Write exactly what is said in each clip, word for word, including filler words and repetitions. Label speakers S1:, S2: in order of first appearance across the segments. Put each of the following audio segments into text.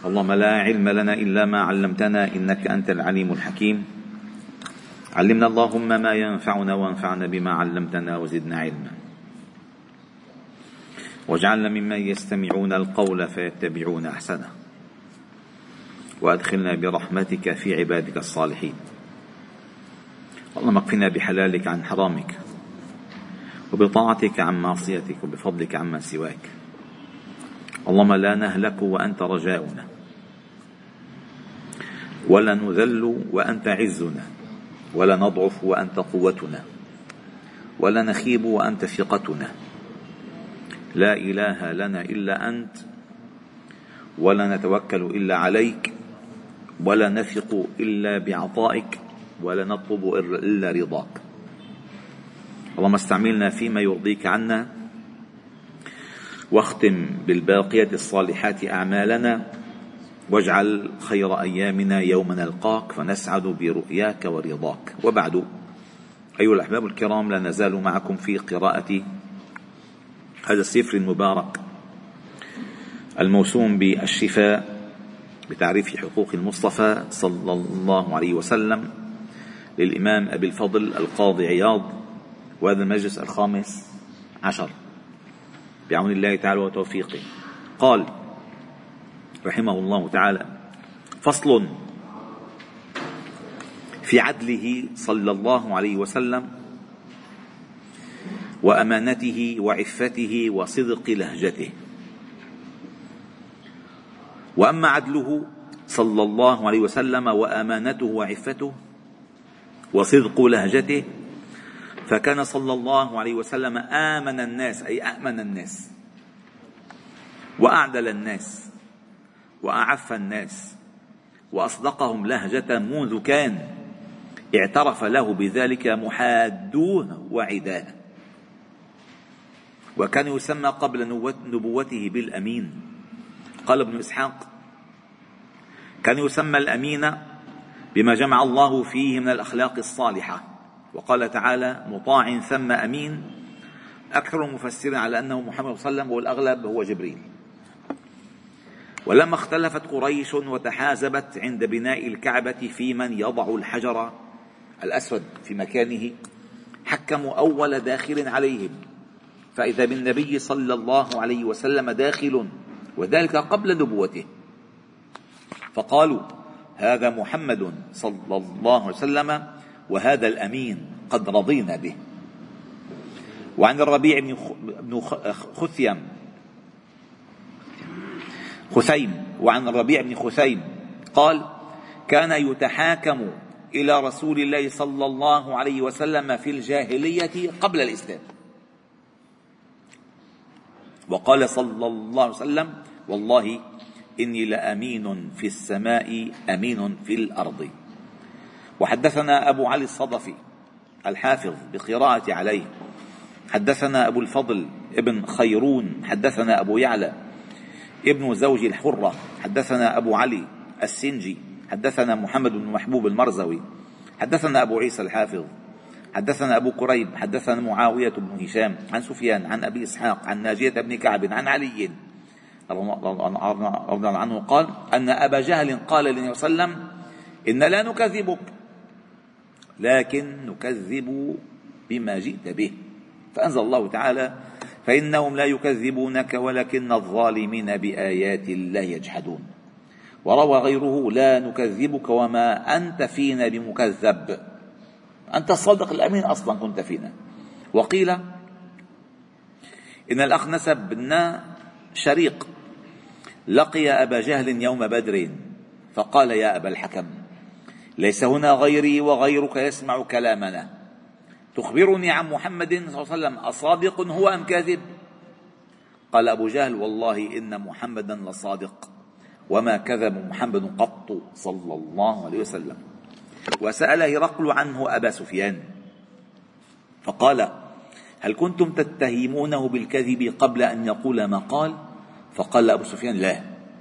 S1: اللهم لا علم لنا إلا ما علمتنا إنك أنت العليم الحكيم. علمنا اللهم ما ينفعنا وانفعنا بما علمتنا وزدنا علما، واجعلنا ممن يستمعون القول فيتبعون أحسنه، وأدخلنا برحمتك في عبادك الصالحين. اللهم اكفنا بحلالك عن حرامك، وبطاعتك عن معصيتك، وبفضلك عمن سواك. اللهم لا نهلك وأنت رجاؤنا، ولا نذل وأنت عزنا، ولا نضعف وأنت قوتنا، ولا نخيب وأنت ثقتنا. لا إله لنا إلا أنت، ولا نتوكل إلا عليك، ولا نثق إلا بعطائك، ولا نطلب إلا رضاك. اللهم استعملنا فيما يرضيك عنا، واختم بالباقيات الصالحات أعمالنا، واجعل خير أيامنا يوم نلقاك فنسعد برؤياك ورضاك. وبعد، أيها الأحباب الكرام، لا نزال معكم في قراءة هذا السفر المبارك الموسوم بالشفاء بتعريف حقوق المصطفى صلى الله عليه وسلم للإمام أبي الفضل القاضي عياض، وهذا المجلس الخامس عشر بعون الله تعالى وتوفيقه. قال رحمه الله تعالى: فصل في عدله صلى الله عليه وسلم، وأمانته وعفته وصدق لهجته. وأما عدله صلى الله عليه وسلم وأمانته وعفته وصدق لهجته، فكان صلى الله عليه وسلم آمن الناس، أي أأمن الناس، وأعدل الناس، وأعف الناس، وأصدقهم لهجة منذ كان اعترف له بذلك محادوه وعداه. وكان يسمى قبل نبوته بالأمين. قال ابن إسحاق: كان يسمى الأمين بما جمع الله فيه من الأخلاق الصالحة. وقال تعالى: مطاع ثم أمين. أكثر المفسرين على أنه محمد صلى الله عليه وسلم، والأغلب هو جبريل. ولما اختلفت قريش وتحازبت عند بناء الكعبة في من يضع الحجر الأسود في مكانه، حكموا أول داخل عليهم، فإذا بالنبي صلى الله عليه وسلم داخل، وذلك قبل نبوته، فقالوا: هذا محمد صلى الله عليه وسلم، وهذا الأمين قد رضينا به. وعن الربيع بن خثيم خثيم وعن الربيع بن خثيم قال: كان يتحاكم إلى رسول الله صلى الله عليه وسلم في الجاهلية قبل الإسلام. وقال صلى الله عليه وسلم: والله إني لأمين في السماء أمين في الأرض. وحدثنا أبو علي الصدفي الحافظ بقراءة عليه. حدثنا أبو الفضل ابن خيرون حدثنا أبو يعلى ابن زوج الحرة حدثنا أبو علي السنجي حدثنا محمد بن محبوب المرزوي حدثنا أبو عيسى الحافظ حدثنا أبو كريب حدثنا معاوية بن هشام عن سفيان عن أبي إسحاق عن ناجية بن كعب عن علي رضي الله عنه قال: أن أبا جهل قال للنبي صلى الله عليه وسلم: إن لا نكذبك، لكن نكذب بما جئت به. فأنزل الله تعالى: فإنهم لا يكذبونك ولكن الظالمين بآيات الله يجحدون. وروى غيره: لا نكذبك وما أنت فينا بمكذب، أنت الصادق الأمين أصلا كنت فينا. وقيل إن الأخنس بن شريق لقي أبا جهل يوم بدر فقال: يا أبا الحكم، ليس هنا غيري وغيرك يسمع كلامنا، تخبرني عن محمد صلى الله عليه وسلم أصادق هو أم كاذب؟ قال أبو جهل: والله إن محمدا لصادق، وما كذب محمد قط صلى الله عليه وسلم. وسأل هرقل عنه أبا سفيان فقال: هل كنتم تتهمونه بالكذب قبل أن يقول ما قال؟ فقال أبو سفيان: لا.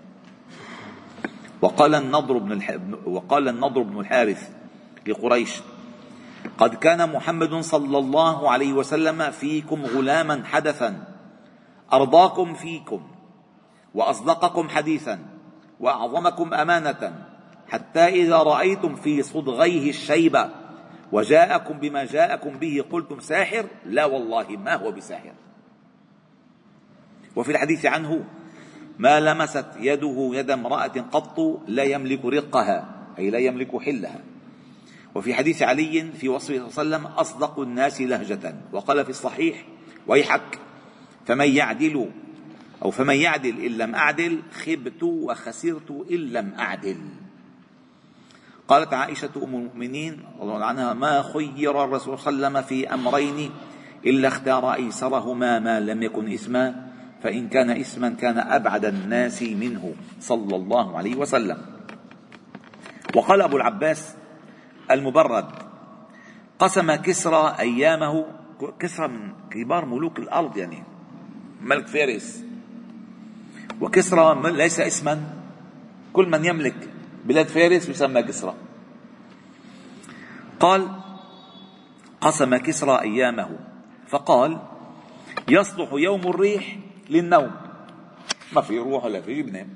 S1: وقال النضر بن وقال النضر بن الحارث لقريش: قد كان محمد صلى الله عليه وسلم فيكم غلاما حدثا، أرضاكم فيكم وأصدقكم حديثا، وأعظمكم أمانة، حتى إذا رأيتم في صدغيه الشيبة وجاءكم بما جاءكم به قلتم ساحر، لا والله ما هو بساحر. وفي الحديث عنه: ما لمست يده يد امرأة قط لا يملك رقها، أي لا يملك حلها. وفي حديث علي في وصفه صلى الله عليه وسلم: أصدق الناس لهجة. وقال في الصحيح: ويحك فمن يعدل أو فمن يعدل إن لم أعدل، خبت وخسرت إن لم أعدل. قالت عائشة أم المؤمنين رضي الله عنها: ما خير الرسول صلى الله عليه وسلم في أمرين إلا اختار أيسرهما ما لم يكن إثما، فإن كان إثما كان أبعد الناس منه صلى الله عليه وسلم. وقال أبو العباس المبرد: قسم كسرى أيامه، كسرى من كبار ملوك الأرض يعني ملك فارس، وكسرى ليس اسما، كل من يملك بلاد فارس يسمى كسرى. قال: قسم كسرى أيامه فقال: يصلح يوم الريح للنوم، ما في روح ولا في بنام،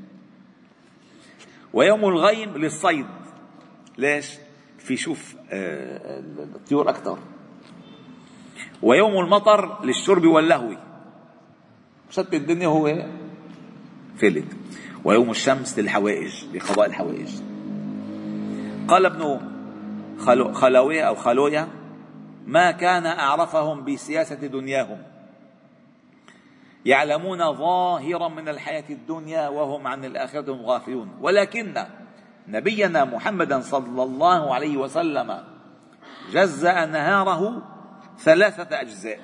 S1: ويوم الغيم للصيد، ليش؟ في شوف الطيور أكثر، ويوم المطر للشرب واللهو، شتت الدنيا هو فلت، ويوم الشمس للحوائج، لقضاء الحوائج. قال ابن خلوية أو خلوية: ما كان أعرفهم بسياسة دنياهم، يعلمون ظاهرا من الحياة الدنيا وهم عن الآخرة هم غافلون، ولكن نبينا محمدا صلى الله عليه وسلم جزأ نهاره ثلاثة أجزاء: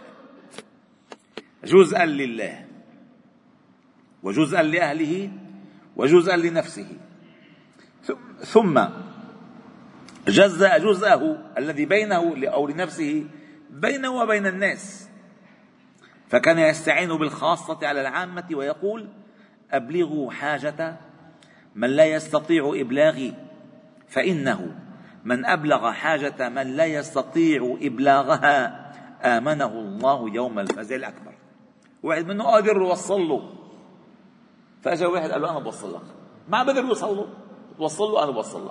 S1: جزءا لله، وجزءا لأهله، وجزءا لنفسه، ثم جزأ جزءه الذي بينه أو لنفسه بينه وبين الناس، فكان يستعين بالخاصة على العامة ويقول: أبلغوا حاجة من لا يستطيع إبلاغي، فإنه من أبلغ حاجة من لا يستطيع إبلاغها آمنه الله يوم الفزع الأكبر. واحد منه قادر يوصل له، فأجا واحد قال له: أنا بوصل لك، ما بدر يوصل له، توصل له أنا بوصل لك،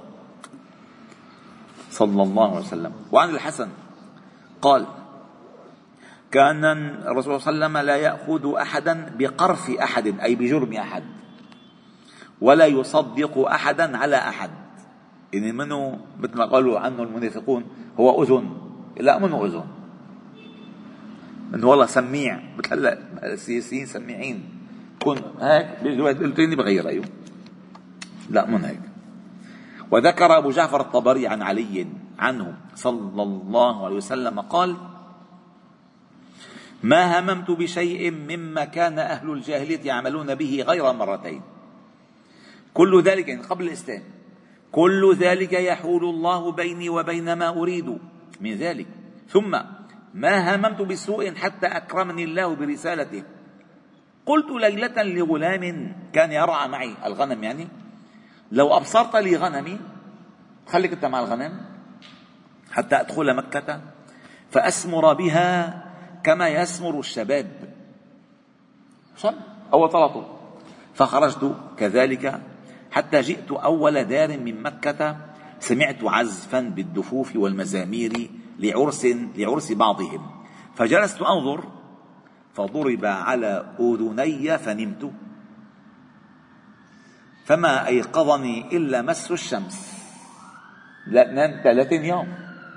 S1: صلى الله عليه وسلم. وعن الحسن قال: كان الرسول صلى الله عليه وسلم لا يأخذ أحدا بقرف أحد، أي بجرم أحد، ولا يصدق أحدا على أحد، يعني منه مثل ما قالوا عنه المنافقون هو أذن، لا منه أذن، منه والله سميع، بتهلا السياسيين سميعين، كن هيك بيجي واحد بيقول تاني بغير رأيه، لا من هيك. وذكر أبو جعفر الطبري عن علي عنه صلى الله عليه وسلم قال: ما هممت بشيء مما كان أهل الجاهلية يعملون به غير مرتين، كل ذلك يعني قبل الإسلام، كل ذلك يحول الله بيني وبين ما أريد من ذلك، ثم ما هممت بسوء حتى أكرمني الله برسالته. قلت ليلة لغلام كان يرعى معي الغنم، يعني لو أبصرت لي غنمي خليك أنت مع الغنم حتى أدخل مكة فأسمر بها كما يسمر الشباب، شاب أو طلطه، فخرجت كذلك حتى جئت أول دار من مكة، سمعت عزفا بالدفوف والمزامير لعرس, لعرس بعضهم، فجلست أنظر فضرب على أذني فنمت، فما أيقظني إلا مس الشمس، لا نمت ثلاثين يوم،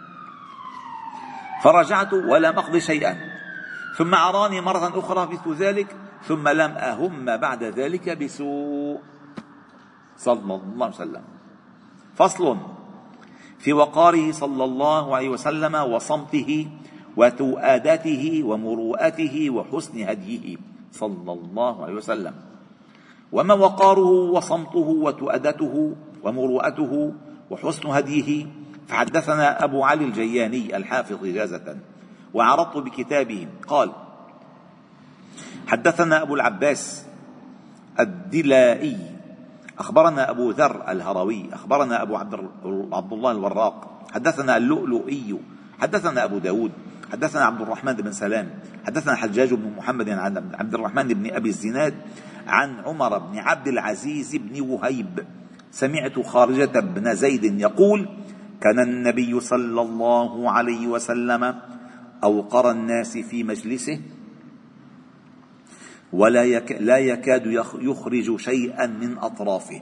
S1: فرجعت ولم أقض شيئا، ثم أراني مرة أخرى مثل ذلك، ثم لم أهم بعد ذلك بسوء، صلى الله عليه وسلم. فصل في وقاره صلى الله عليه وسلم وصمته وتؤادته ومروءته وحسن هديه صلى الله عليه وسلم. وما وقاره وصمته وتؤادته ومروءته وحسن هديه، فحدثنا أبو علي الجياني الحافظ إجازة وعرضت بكتابه قال: حدثنا أبو العباس الدلائي أخبرنا أبو ذر الهروي أخبرنا أبو عبد الله الوراق حدثنا اللؤلؤي حدثنا أبو داود حدثنا عبد الرحمن بن سلام حدثنا حجاج بن محمد عن عبد الرحمن بن أبي الزناد عن عمر بن عبد العزيز بن وهيب سمعت خارجة بن زيد يقول كان النبي صلى الله عليه وسلم أوقر الناس في مجلسه ولا يك لا يكاد يخرج شيئا من أطرافه.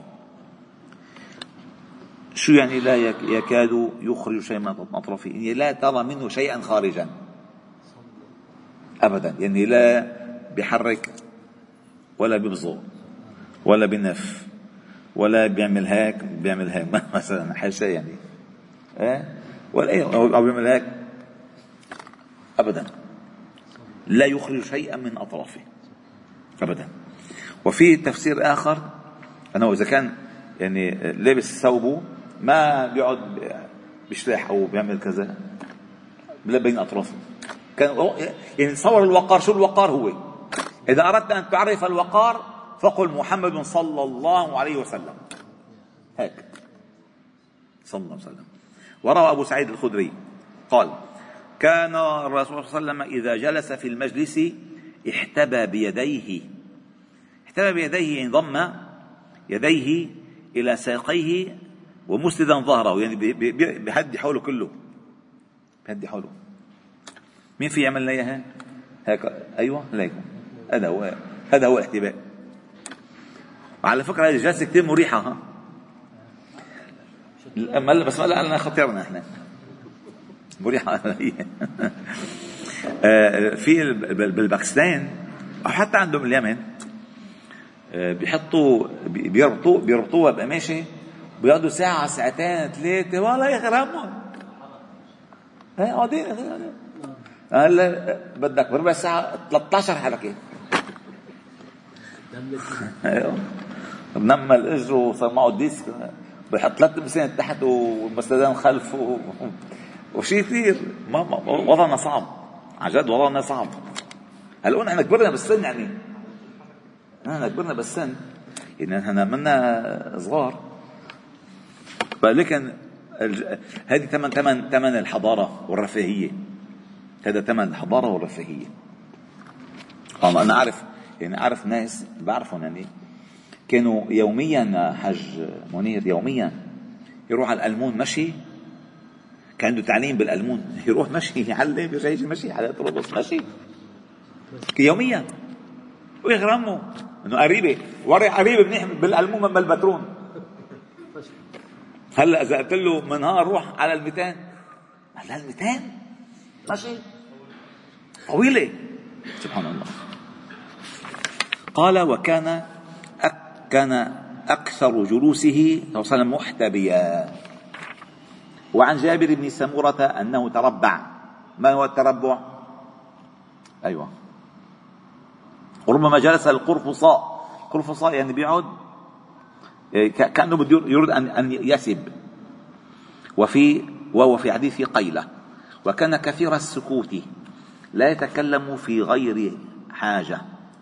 S1: شو يعني لا يكاد يخرج شيئا من أطرافه؟ يعني لا ترى منه شيئا خارجا أبدا، يعني لا بيحرك ولا بيبزق ولا بنف ولا بيعمل هيك بيعمل هيك مثلا حاشا يعني ايه ولا ايه او بيعمل هيك ابدا، لا يخرج شيئا من اطرافه ابدا. وفي تفسير اخر انه اذا كان يعني لابس ثوبه ما بيقعد بيشلح او بيعمل كذا بين اطرافه، كان يعني تصور الوقار. شو الوقار؟ هو اذا اردت ان تعرف الوقار فقل محمد صلى الله عليه وسلم، هيك صلى الله عليه وسلم. وروى أبو سعيد الخدري قال كان الرسول صلى الله عليه وسلم إذا جلس في المجلس احتبى بيديه، احتبى بيديه يعني ضم يديه إلى ساقيه ومسندا ظهره، يعني بيهدي حوله كله، بيهدي حوله. مين في يعمل لنا اياها هيك؟ ايوه عليكم، هذا هو هذا هو الاحتباء. وعلى فكره هذه الجلسه كثير مريحه ها، بس ما لنا خطرنا احنا مريحه في بالباكستان او حتى عندهم اليمن بيحطوا بيربطوا بيربطوها بقماشه، بيقعدوا ساعه ساعتين ثلاثه ولا يغرمهم. هي قاعدين هلا بدك بربع ساعه ثلاثة عشر حركه ايوه بنمل اجره وصار معه ديسك، بيحط ثلاث مسند تحت ومسندان خلف و... وشيء كثير. ما وضعنا صعب عن جد، وضعنا صعب. هلا احنا كبرنا بالسن، يعني احنا كبرنا بالسن، يعني احنا منا صغار، لكن الج... هذه ثمن ثمن ثمن الحضاره والرفاهيه، هذا ثمن الحضاره والرفاهيه. اه انا اعرف يعني اعرف ناس بعرفهم يعني كانوا يوميا حج منير يوميا يروح على الألمون مشي، كان عنده تعليم بالألمون، يروح مشي يعلم يرجع يجي مشي على طرابلس مشي يوميا ويغرموا انه قريبه ورا قريبه منيح بالألمون من البترون. هلا اذا قلت له من نهار روح على الميتين، على الميتين مشي طويله سبحان الله. قال وكان كان أكثر جلوسه صلى الله عليه وسلم محتبيا. وعن جابر بن سمورة أنه تربع. ما هو التربع؟ أيوة وربما جلس القرفصاء، قرفصاء يعني بيقعد كأنه بده يريد أن يسب. وفي وهو في حديث قيلة وكان كثير السكوت لا يتكلم في غير حاجة،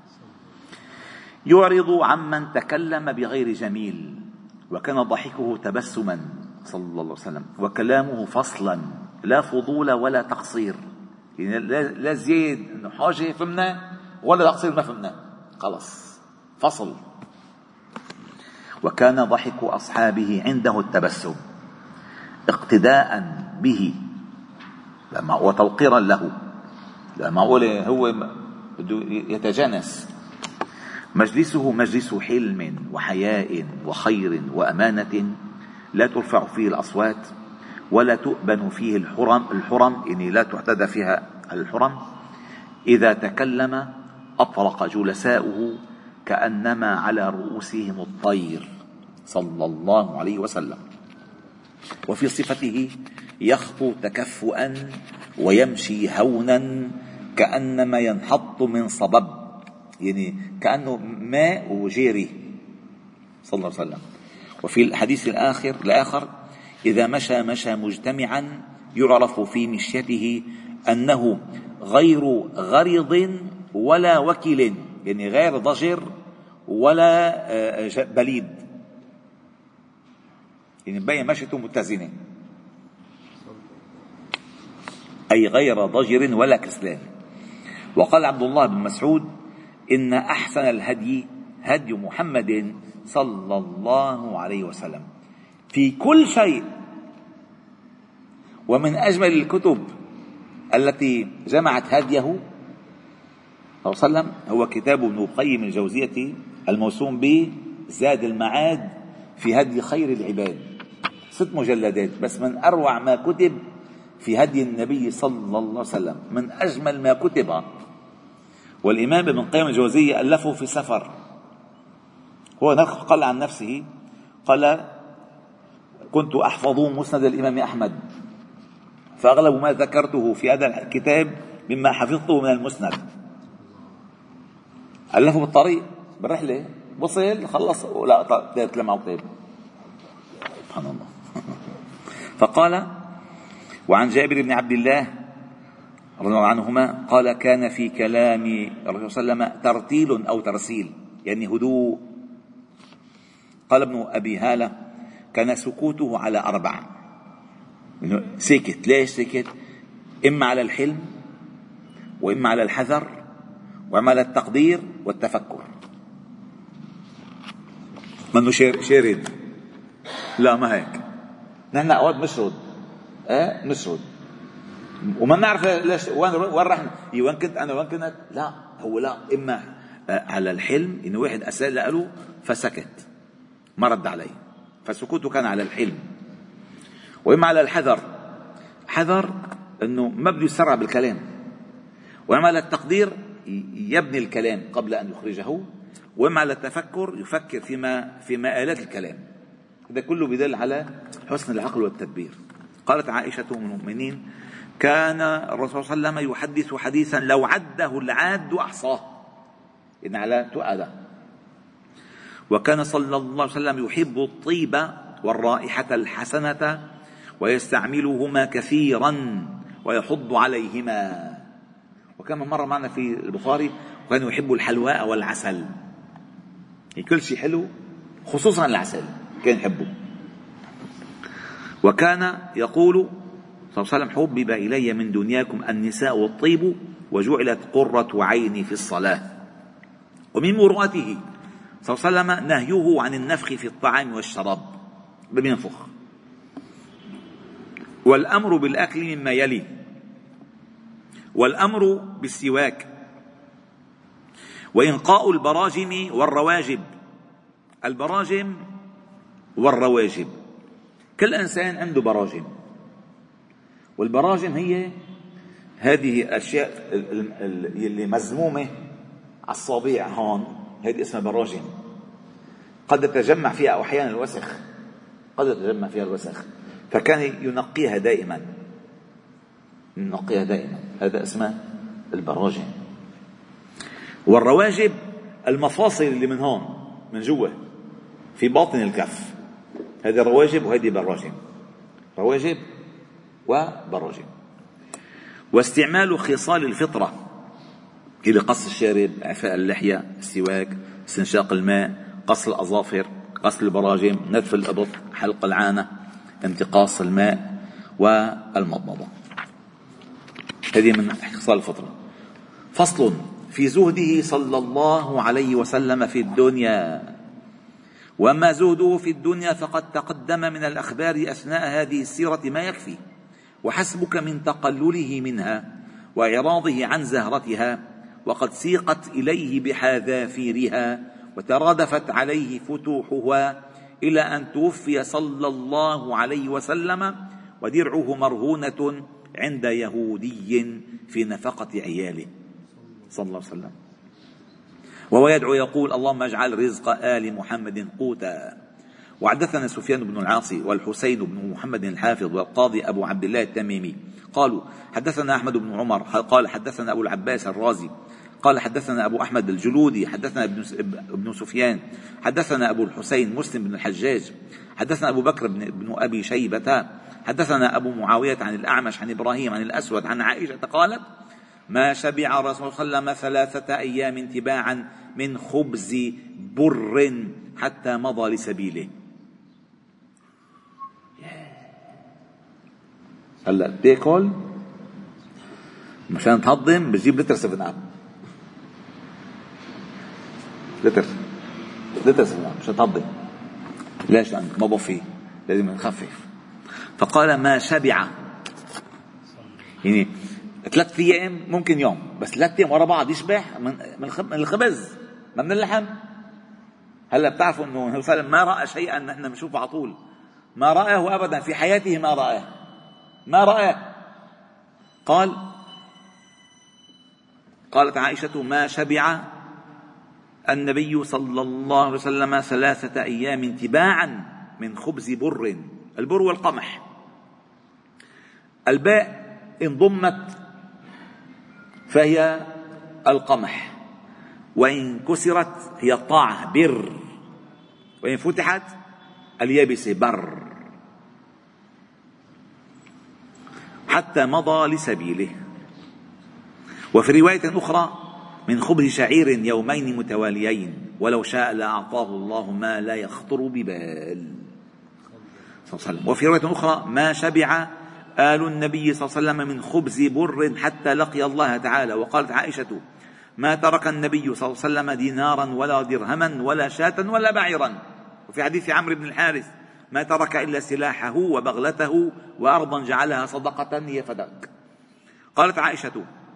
S1: يعرض عمن تكلم بغير جميل، وكان ضحكه تبسما صلى الله عليه وسلم وكلامه فصلا لا فضول ولا تقصير، يعني لا زيد انه حاجه فهمنا ولا تقصير ما فهمنا، خلص فصل. وكان ضحك اصحابه عنده التبسم اقتداء به وتوقيرا له، لا معقول هو بده يتجانس. مجلسه مجلس حلم وحياء وخير وأمانة، لا ترفع فيه الأصوات ولا تؤبن فيه الحرم الحرم يعني لا تعتدى فيها الحرم. إذا تكلم أطرق جلساؤه كأنما على رؤوسهم الطير صلى الله عليه وسلم. وفي صفته يخطو تكفؤا ويمشي هونا كأنما ينحط من صبب، يعني كأنه ماء وجيري صلى الله عليه وسلم. وفي الحديث الآخر الآخر إذا مشى مشى مجتمعا يعرف في مشيته أنه غير غرض ولا وكل، يعني غير ضجر ولا بليد، يعني مبين مشيته متزنة، أي غير ضجر ولا كسلان. وقال عبد الله بن مسعود إن أحسن الهدي هدي محمد صلى الله عليه وسلم في كل شيء. ومن أجمل الكتب التي جمعت هديه صلى الله عليه وسلم هو كتاب ابن القيم الجوزية الموسوم بزاد المعاد في هدي خير العباد، ست مجلدات، بس من أروع ما كتب في هدي النبي صلى الله عليه وسلم، من أجمل ما كتب. والإمام ابن القيم الجوزية ألفه في سفر. هو قال عن نفسه، قال: كنت أحفظ مسند الإمام أحمد، فأغلب ما ذكرته في هذا الكتاب مما حفظته من المسند. ألفه بالطريق بالرحلة، وصل خلص لا تلمعه كتاب. سبحان الله. فقال: وعن جابر بن عبد الله رضي الله عنهما قال: كان في كلام الرسول صلى الله عليه وسلم ترتيل أو ترسيل، يعني هدوء. قال ابن أبي هالة: كان سكوته على أربع. سكت. ليش سكت؟ إما على الحلم، وإما على الحذر، وإما على التقدير والتفكر. منه شارد، لا ما هيك. نحن أوقات مشرد اه مشرد وما نعرف ليش وين وين رحنا، وين كنت أنا وين كنت. لا هو لا، إما على الحلم، إنه واحد أسأل له فسكت ما رد عليه، فسكوته كان على الحلم. وإما على الحذر، حذر أنه ما بده يسرع بالكلام. وإما على التقدير، يبني الكلام قبل أن يخرجه. وإما على التفكر، يفكر فيما في مآلات الكلام. هذا كله بدل على حسن العقل والتدبير. قالت عائشة أم المؤمنين: كان الرسول صلى الله عليه وسلم يحدث حديثا لو عده العاد أحصاه، إن على تؤدى. وكان صلى الله عليه وسلم يحب الطيب والرائحة الحسنة، ويستعملهما كثيرا ويحض عليهما. وكما مر معنا في البخاري: وكان يحب الحلواء والعسل، كل شيء حلو خصوصا العسل كان يحبه. وكان يقول صلى الله عليه وسلم: حبب إلي من دنياكم النساء والطيب، وجعلت قرة عيني في الصلاة. ومن مروءته صلى الله عليه وسلم نهيه عن النفخ في الطعام والشراب، بينفخ. والأمر بالأكل مما يلي: والأمر بالسواك، وإنقاء البراجم والرواجب. البراجم والرواجب، كل إنسان عنده براجم، والبراجم هي هذه الأشياء اللي مزمومة على الصابع هون، هذه اسمها براجم. قد يتجمع فيها أحيانا الوسخ، قد يتجمع فيها الوسخ، فكان ينقيها دائما، ينقيها دائما. هذا اسمه البراجم. والرواجب المفاصل اللي من هون من جوا في باطن الكف، هذه رواجب وهذه براجم. رواجب وبراجم. واستعمال خصال الفطرة، اللي قص الشارب، إعفاء اللحية، السواك، استنشاق الماء، قص الأظافر، قص البراجم، نتف الإبط، حلق العانة، انتقاص الماء، والمضمضة. هذه من خصال الفطرة. فصل في زهده صلى الله عليه وسلم في الدنيا. وأما زهده في الدنيا فقد تقدم من الأخبار أثناء هذه السيرة ما يكفي، وحسبك من تقلله منها وإعراضه عن زهرتها، وقد سيقت إليه بحذافيرها وترادفت عليه فتوحها، إلى أن توفي صلى الله عليه وسلم ودرعه مرهونة عند يهودي في نفقة عياله صلى الله عليه وسلم، وهو يدعو يقول: اللهم اجعل رزق آل محمد قوتا. وحدثنا سفيان بن العاصي والحسين بن محمد الحافظ والقاضي أبو عبد الله التميمي قالوا: حدثنا أحمد بن عمر قال حدثنا أبو العباس الرازي قال حدثنا أبو أحمد الجلودي حدثنا ابن سفيان حدثنا أبو الحسين مسلم بن الحجاج حدثنا أبو بكر بن أبي شيبة حدثنا أبو معاوية عن الأعمش عن إبراهيم عن الأسود عن عائشة قالت: ما شبع رسول الله صلى الله عليه وسلم ثلاثة أيام تباعا من خبز بر حتى مضى لسبيله. هلا بتاكل مشان تهضم بتجيب لتر سفن اب، لتر لا تسمع مش هتهضم. ليش؟ ما بفي، لازم نخفف. فقال ما شبع، يعني ثلاث ايام ممكن يوم، بس ثلاث ايام ورا بعض يشبع من الخبز ما من اللحم. هلا بتعرفوا انه النبي صلى الله عليه وسلم ما راى شيئا نحن بنشوفه على طول، ما رآه ابدا في حياته، ما رآه ما رآه. قال قالت عائشة ما شبع النبي صلى الله عليه وسلم ثلاثة أيام تباعا من خبز بر، البر والقمح، الباء انضمت فهي القمح، وإن كسرت هي الطاعة بر، وإن فتحت اليابسة بر، حتى مضى لسبيله. وفي رواية أخرى من خبز شعير يومين متواليين ولو شاء لأعطاه الله ما لا يخطر ببال صلى الله عليه وسلم. وفي رواية أخرى ما شبع آل النبي صلى الله عليه وسلم من خبز بر حتى لقي الله تعالى. وقالت عائشة ما ترك النبي صلى الله عليه وسلم دينارا ولا درهما ولا شاة ولا بعيرا. وفي حديث عمرو بن الحارث ما ترك إلا سلاحه وبغلته وأرضا جعلها صدقة هي فداك. قالت عائشة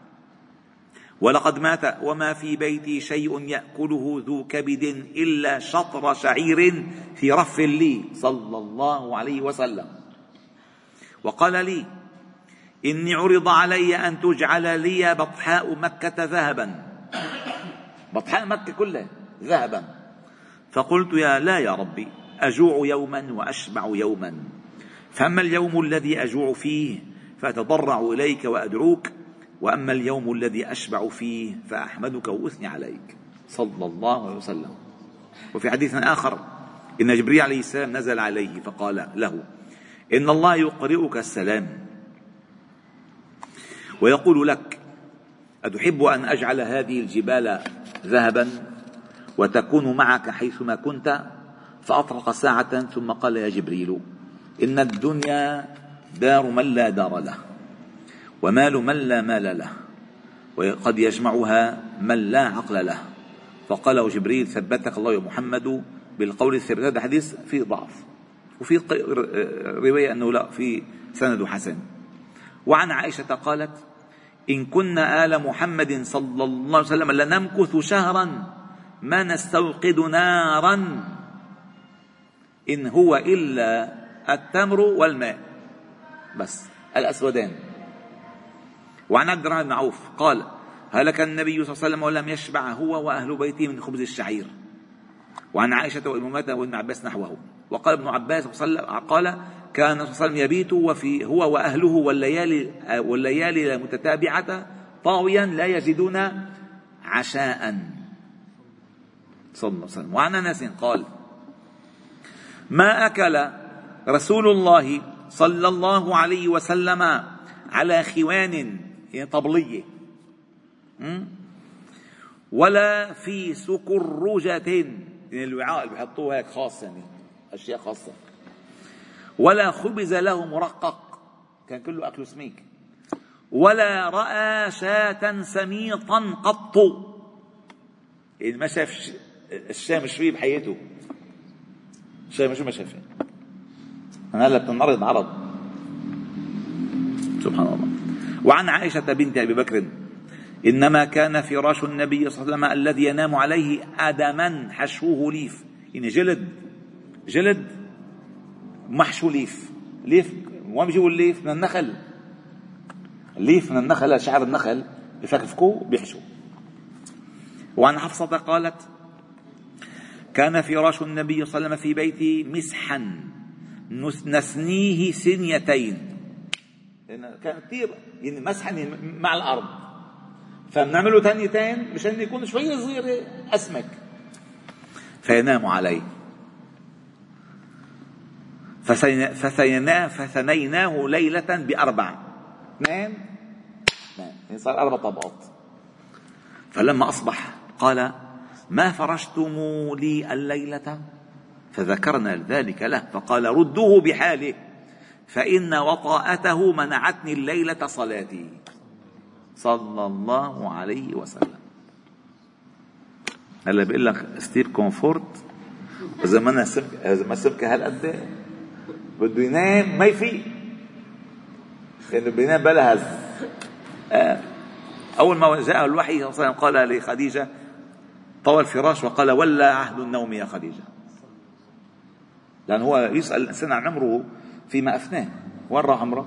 S1: ولقد مات وما في بيتي شيء يأكله ذو كبد إلا شطر شعير في رف لي صلى الله عليه وسلم. وقال لي إني عرض علي أن تجعل لي بطحاء مكة ذهبا، بطحاء مكة كلها ذهبا، فقلت يا لا يا ربي أجوع يوما وأشبع يوما، فأما اليوم الذي أجوع فيه فأتضرع إليك وأدعوك، وأما اليوم الذي أشبع فيه فأحمدك وأثني عليك صلى الله عليه وسلم. وفي حديث آخر إن جبريل عليه السلام نزل عليه فقال له إن الله يقرئك السلام ويقول لك أتحب أن أجعل هذه الجبال ذهبا وتكون معك حيثما كنت؟ فأطرق ساعة ثم قال يا جبريل إن الدنيا دار من لا دار له ومال من لا مال له وقد يجمعها من لا عقل له. فقال جبريل ثبتك الله يا محمد بالقول الثابت. هذا حديث فيه ضعف، وفي رواية أنه لا في سند حسن. وعن عائشة قالت إن كنا آل محمد صلى الله عليه وسلم لنمكث شهرا ما نستوقد نارا إن هو إلا التمر والماء، بس الأسودان. وعن عبد الرحمن بن عوف قال هلك النبي صلى الله عليه وسلم ولم يشبع هو وأهل بيته من خبز الشعير. وعن عائشة وأمهاتها وابن عباس نحوه. وقال ابن عباس صلى الله عليه وسلم قال كان صلى الله عليه وسلم يبيت وفي هو وأهله والليالي, والليالي المتتابعة طاويا لا يجدون عشاء صلى الله عليه وسلم. وعن أنس قال ما أكل رسول الله صلى الله عليه وسلم على خوان يعني طبلية ولا في سكرجة يعني الوعاء اللي بيحطوه هيك خاصة يعني أشياء خاصة، ولا خبز له مرقق كان كله أكل سميك، ولا رأى شاة سميطا قط يعني ما شاف الشام شوي بحياته، الشام شو ما شافه. أنا هلا بتنعرض عرض سبحان الله. وعن عائشة بنت أبي بكر إنما كان فراش النبي صلى الله عليه وسلم الذي ينام عليه أدما حشوه ليف يعني جلد جلد محشو ليف. ليف وين بيجيبوا الليف؟ من النخل، الليف من النخل شعر النخل بفكفكوه بيحشوا. وعن حفصة قالت كان فراش النبي صلى الله عليه وسلم في بيتي مسحا نسنيه سنيتين يعني كان كثير يعني مسحا مع الأرض فبنعمله ثانيتين مشان يكون شوية صغيرة أسمك فينام عليه. فثنيناه ليلة بأربع اثنين يعني صار أربع طبقات. فلما أصبح قال ما فرشتم لي الليلة؟ فذكرنا ذلك له فقال ردوه بحاله فإن وطاءته منعتني الليلة صلاتي صلى الله عليه وسلم. هلا بيقول لك ستيب كومفورت إذا ما سمكة إذا ما سمكة هالقد بده ينام ما يفيق، لأنه بينام بلا هز. أول ما جاء الوحي صلى الله عليه وسلم قال لخديجة طوى الفراش وقال ولا عهد النوم يا خديجة، لأن هو يسأل الإنسان عن عمره فيما أفناه، وين راح عمرك؟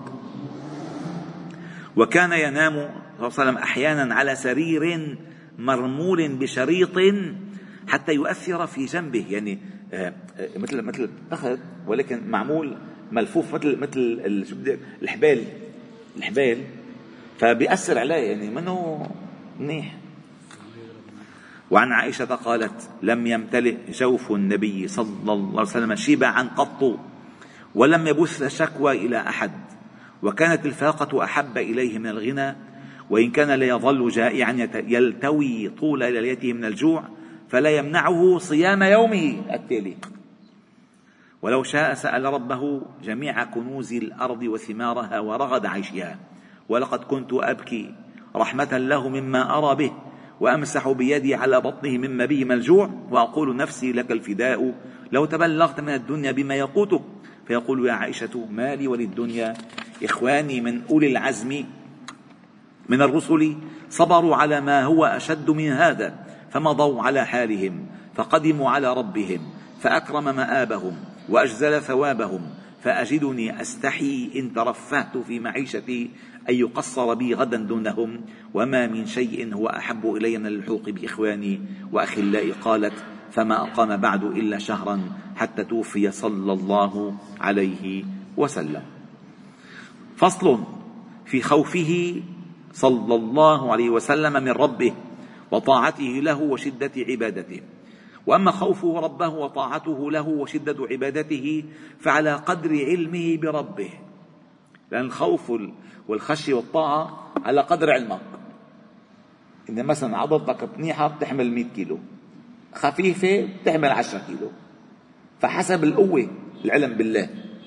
S1: وكان ينام صلى الله عليه وسلم أحيانا على سرير مرمول بشريط حتى يؤثر في جنبه، يعني مثل مثل تخت ولكن معمول ملفوف مثل مثل شو بدك الحبال الحبال فبيأثر عليه، يعني منه منيح. وعن عائشة قالت لم يمتلئ جوف النبي صلى الله عليه وسلم شبعا قط ولم يبث شكوى إلى أحد، وكانت الفاقة أحب إليه من الغنى، وإن كان ليظل جائعا يلتوي طول ليلته من الجوع فلا يمنعه صيام يومه التالي، ولو شاء سأل ربه جميع كنوز الأرض وثمارها ورغد عيشها، ولقد كنت أبكي رحمة له مما أرى به، وأمسح بيدي على بطنه مما به من الجوع، وأقول نفسي لك الفداء لو تبلغت من الدنيا بما يقوتك. فيقول يا عائشة ما لي وللدنيا، إخواني من أولي العزم من الرسل صبروا على ما هو أشد من هذا، فمضوا على حالهم فقدموا على ربهم فأكرم مآبهم وأجزل ثوابهم، فأجدني أستحي إن ترفهت في معيشتي أن يقصر بي غدا دونهم، وما من شيء هو أحب إلي من اللحوق بإخواني وأخلائي. قالت فما أقام بعد إلا شهرا حتى توفي صلى الله عليه وسلم. فصل في خوفه صلى الله عليه وسلم من ربه وطاعته له وشدة عبادته. وأما خوفه ربه وطاعته له وشدة عبادته فعلى قدر علمه بربه، لأن الخوف والخشية والطاعة على قدر علمك. إن مثلا عضلتك منيحة بتحمل مئة كيلو، خفيفة بتحمل عشرة كيلو، فحسب القوة العلم بالله.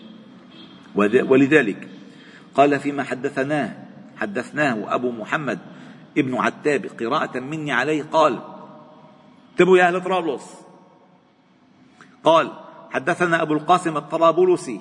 S1: ولذلك قال فيما حدثناه حدثناه أبو محمد ابن عتاب قراءة مني عليه قال انتبهوا يا أهل طرابلس، قال حدثنا أبو القاسم الطرابلسي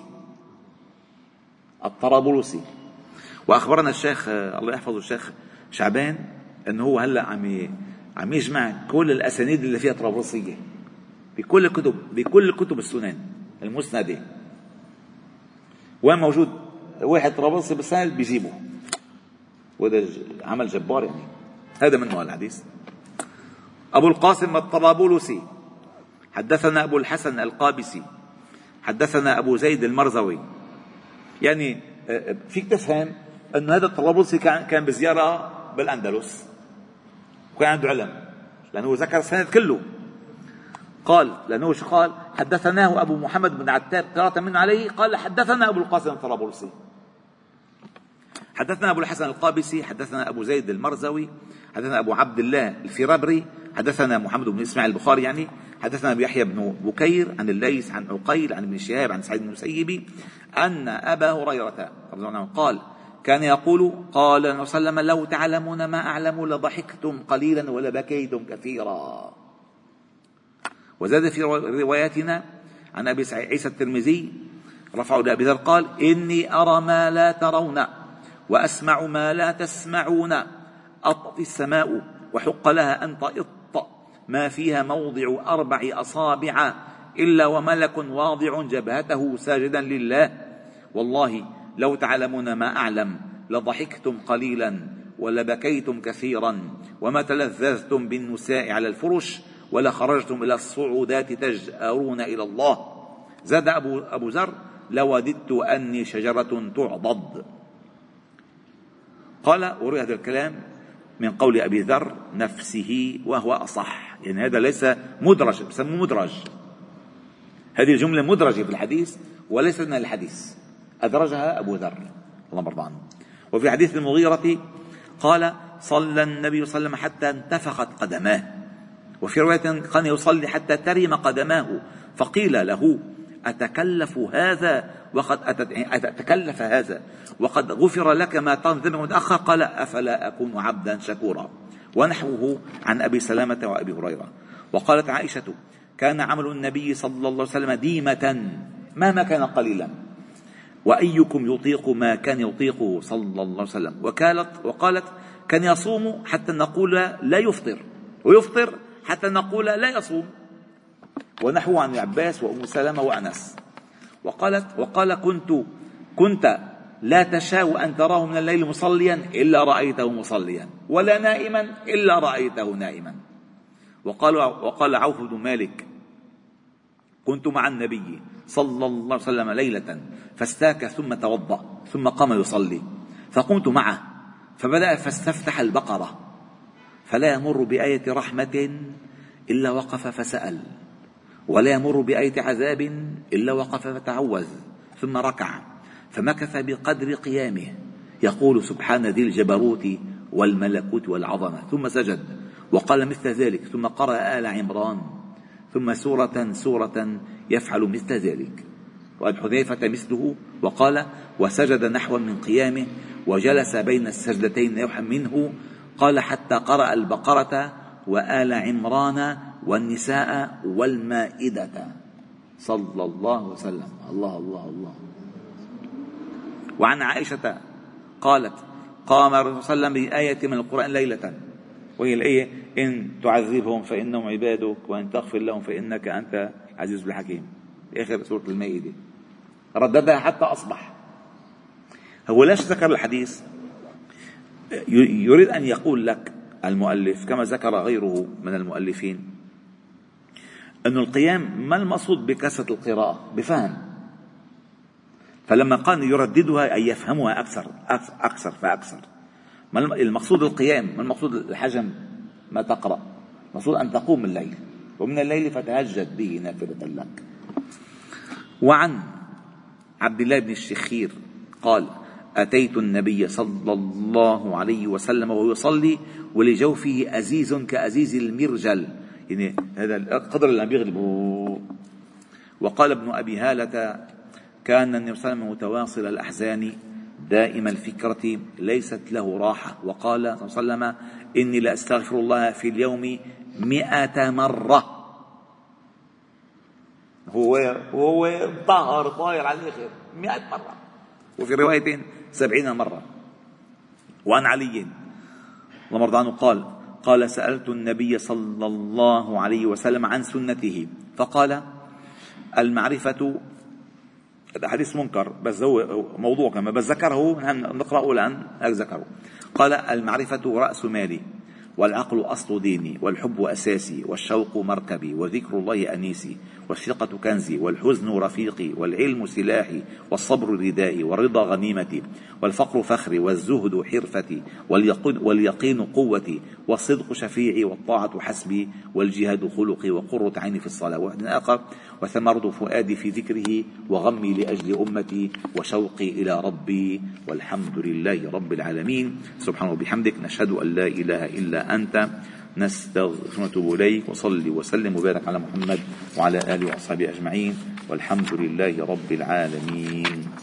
S1: الطرابلسي وأخبرنا الشيخ الله يحفظه الشيخ شعبان أنه هو هلأ عم عم يجمع كل الأسانيد اللي فيها طرابلسية بكل الكتب بكل كتب السنن المسندة، وين موجود واحد طرابلسي بالسند بيجيبه، وهذا عمل جبار يعني. هذا منه الحديث. أبو القاسم الطرابلسي حدثنا أبو الحسن القابسي حدثنا أبو زيد المرزوي. يعني فيك تفهم أن هذا الطرابلسي كان بزيارة بالأندلس وكان عنده علم، لأنه ذكر السند كله. قال لأنه شو قال حدثناه أبو محمد بن عتاب قراءة من عليه قال حدثنا أبو القاسم الطرابلسي حدثنا أبو الحسن القابسي حدثنا أبو زيد المرزوي حدثنا أبو عبد الله الفرابري حدثنا محمد بن إسماعيل البخاري يعني حدثنا أبو يحيى بن بكير عن الليث عن عقيل عن ابن شهاب عن سعيد بن المسيب أن أبا هريرة رضي الله عنه قال كان يقول قال النبي صلى الله عليه وسلم لو تعلمون ما أعلم لضحكتم قليلا ولبكيتم كثيرا. وزاد في رواياتنا عن أبي عيسى الترمذي رفعه لأبي ذر قال إني أرى ما لا ترون وأسمع ما لا تسمعون، أطت السماء وحق لها أن تئط ما فيها موضع أربع أصابع إلا وملك واضع جبهته ساجدا لله، والله لو تعلمون ما أعلم لضحكتم قليلا ولبكيتم كثيرا وما تلذذتم بالنساء على الفرش ولا خرجتم إلى الصعودات تجأرون إلى الله. زاد أبو, أبو ذر لوددت أني شجرة تعضد. قال وروي هذا الكلام من قول أبي ذر نفسه وهو أصح، يعني هذا ليس مدرج، بسموه مدرج، هذه الجملة مدرجة في الحديث وليست من الحديث، أدرجها أبو ذر الله مرضى عنه. وفي حديث المغيرة قال صلى النبي صلى الله عليه وسلم حتى انتفخت قدماه، وفي رواية كان يصلي حتى ترم قدماه، فقيل له أتكلف هذا وقد أتكلف هذا وقد غفر لك ما تنذر متأخر؟ قال أفلا أكون عبدا شكورا. ونحوه عن أبي سلامة وأبي هريرة. وقالت عائشة كان عمل النبي صلى الله عليه وسلم ديمة مهما كان قليلا، وأيكم يطيق ما كان يطيقه صلى الله عليه وسلم. وقالت, وقالت كان يصوم حتى نقول لا يفطر، ويفطر حتى نقول لا يصوم، ونحو عن عباس وأم سلمة وأنس. وقالت وقال كنت كنت لا تشاء أن تراه من الليل مصليا إلا رأيته مصليا، ولا نائما إلا رأيته نائما. وقال, وقال عوف بن مالك كنت مع النبي صلى الله عليه وسلم ليلة فاستاك ثم توضأ ثم قام يصلي، فقمت معه فبدأ فاستفتح البقرة فلا يمر بآية رحمة إلا وقف فسأل، ولا يمر بآية عذاب إلا وقف فتعوذ، ثم ركع فمكث بقدر قيامه يقول سبحان ذي الجبروت والملكوت والعظمة، ثم سجد وقال مثل ذلك، ثم قرأ آل عمران، ثم سورة سورة يفعل مثل ذلك. وأبي حذيفة مثله، وقال وسجد نحو من قيامه وجلس بين السجدتين نوحا منه، قال حتى قرأ البقرة وآل عمران والنساء والمائدة صلى الله عليه وسلم. الله الله الله. وعن عائشة قالت قام الرسول صلى الله عليه وسلم بآية من القرآن ليلة، وهي الآية إن تعذبهم فإنهم عبادك وإن تغفر لهم فإنك أنت عزيز الحكيم، آخر سورة المائدة، رددها حتى أصبح. هو ليش ذكر الحديث؟ يريد أن يقول لك المؤلف كما ذكر غيره من المؤلفين أن القيام ما المقصود بكثرة القراءة، بفهم. فلما قال يرددها أي يفهمها أكثر أكثر فأكثر. ما المقصود القيام، ما المقصود الحجم ما تقرأ، المقصود أن تقوم الليل، ومن الليل فتهجد به نافلة لك. وعن عبد الله بن الشخير قال أتيت النبي صلى الله عليه وسلم وهو يصلي ولجوفه أزيز كأزيز المرجل، يعني هذا القدر اللي بيغلب. وقال ابن أبي هالة كان النبي صلى الله عليه وسلم متواصل الأحزان دائم الفكرة ليست له راحة. وقال صلى الله عليه وسلم إني لأستغفر الله في اليوم مئة مرة. هو هو طاهر طاير على الآخر مئة مرة، وفي رواية سبعين مرة. وعن علي الله مرضى عنه قال قال سألت النبي صلى الله عليه وسلم عن سنته فقال المعرفة، هذا حديث منكر بس هو موضوع كما بس ذكره نقرأه لأن ذكره. قال المعرفة رأس مالي، والعقل أصل ديني، والحب أساسي، والشوق مركبي، وذكر الله أنيسي، والثقة كنزي، والحزن رفيقي، والعلم سلاحي، والصبر ردائي، والرضا غنيمتي، والفقر فخري، والزهد حرفتي، واليقين, واليقين قوتي، والصدق شفيعي، والطاعة حسبي، والجهاد خلقي، وقرة عيني في الصلاة. وعند آخر وثمرة فؤادي في ذكره، وغمي لأجل أمتي، وشوقي إلى ربي، والحمد لله رب العالمين. سبحانه وبحمدك نشهد أن لا إله إلا أنت نستغفرك ونتوب إليك. وصلي وسلم وبارك على محمد وعلى آله وأصحابه أجمعين، والحمد لله رب العالمين.